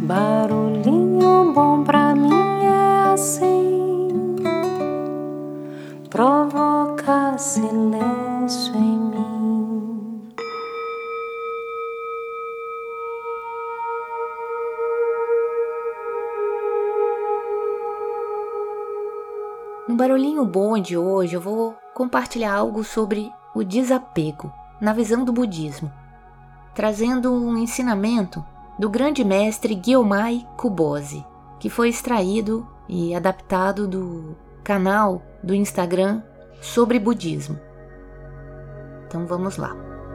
Barulhinho bom pra mim é assim, provoca silêncio em mim. No Barulhinho Bom de hoje eu vou compartilhar algo sobre o desapego na visão do budismo, trazendo um ensinamento do grande mestre Gyomai Kubozi, que foi extraído e adaptado do canal do Instagram sobre budismo. Então vamos lá.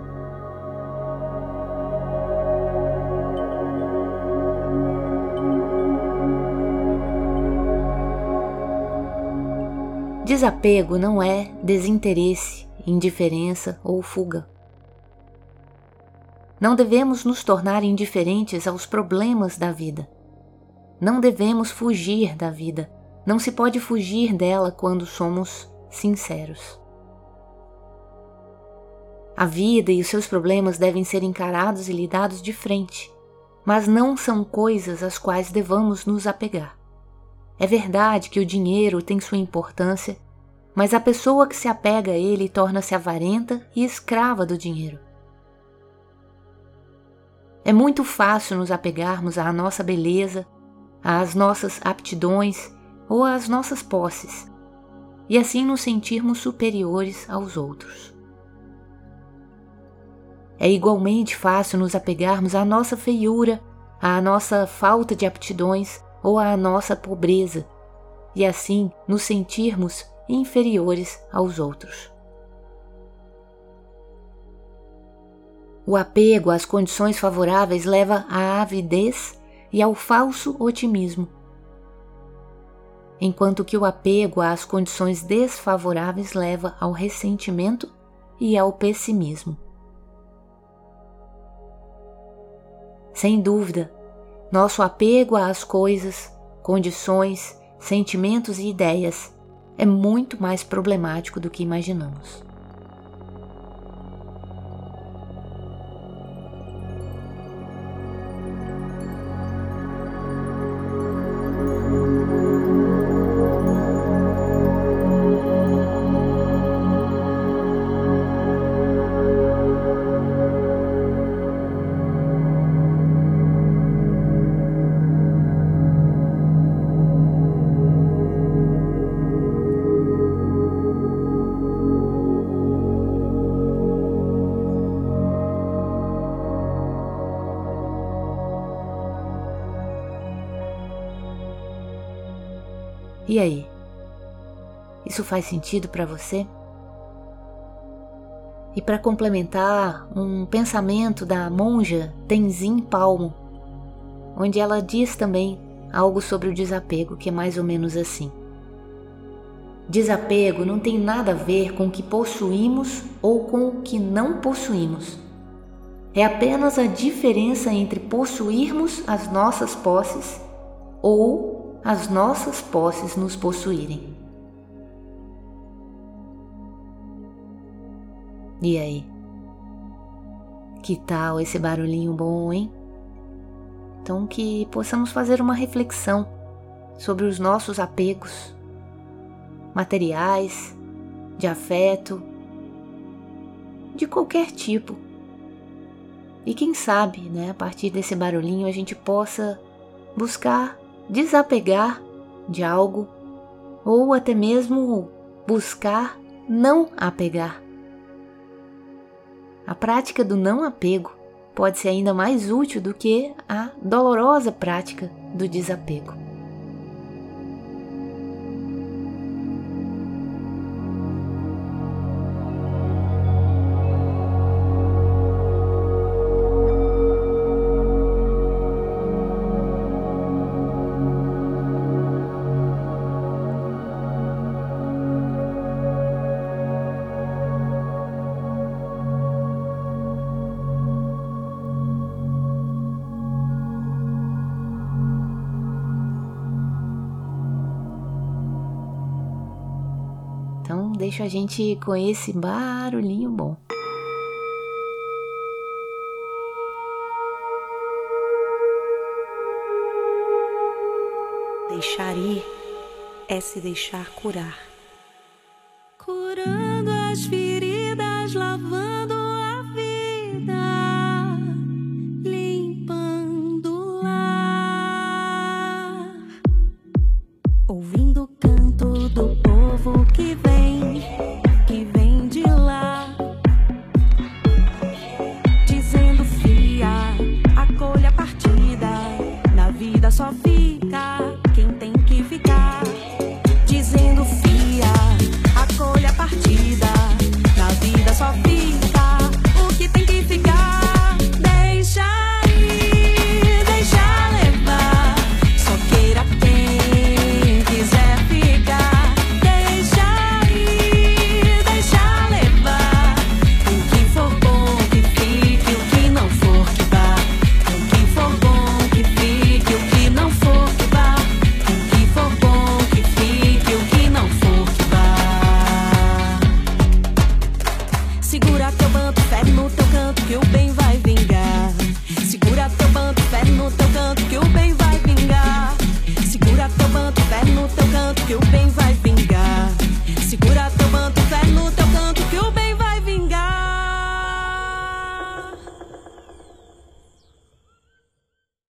Desapego não é desinteresse, indiferença ou fuga. Não devemos nos tornar indiferentes aos problemas da vida. Não devemos fugir da vida. Não se pode fugir dela quando somos sinceros. A vida e os seus problemas devem ser encarados e lidados de frente, mas não são coisas às quais devamos nos apegar. É verdade que o dinheiro tem sua importância, mas a pessoa que se apega a ele torna-se avarenta e escrava do dinheiro. É muito fácil nos apegarmos à nossa beleza, às nossas aptidões ou às nossas posses, e assim nos sentirmos superiores aos outros. É igualmente fácil nos apegarmos à nossa feiura, à nossa falta de aptidões ou à nossa pobreza, e assim nos sentirmos inferiores aos outros. O apego às condições favoráveis leva à avidez e ao falso otimismo, enquanto que o apego às condições desfavoráveis leva ao ressentimento e ao pessimismo. Sem dúvida, nosso apego às coisas, condições, sentimentos e ideias é muito mais problemático do que imaginamos. E aí? Isso faz sentido para você? E para complementar, um pensamento da monja Tenzin Palmo, onde ela diz também algo sobre o desapego, que é mais ou menos assim: desapego não tem nada a ver com o que possuímos ou com o que não possuímos. É apenas a diferença entre possuirmos as nossas posses ou as nossas posses nos possuírem. E aí? Que tal esse barulhinho bom, hein? Então que possamos fazer uma reflexão sobre os nossos apegos materiais, de afeto, de qualquer tipo. E quem sabe, a partir desse barulhinho a gente possa buscar desapegar de algo ou até mesmo buscar não apegar. A prática do não apego pode ser ainda mais útil do que a dolorosa prática do desapego. Então deixa a gente com esse barulhinho bom. deixar ir é se deixar curar. Curando as feridas, lavando a vida, limpando o ar, ouvindo o canto do povo que vem de lá, dizendo fia, acolha a partida, na vida só fica.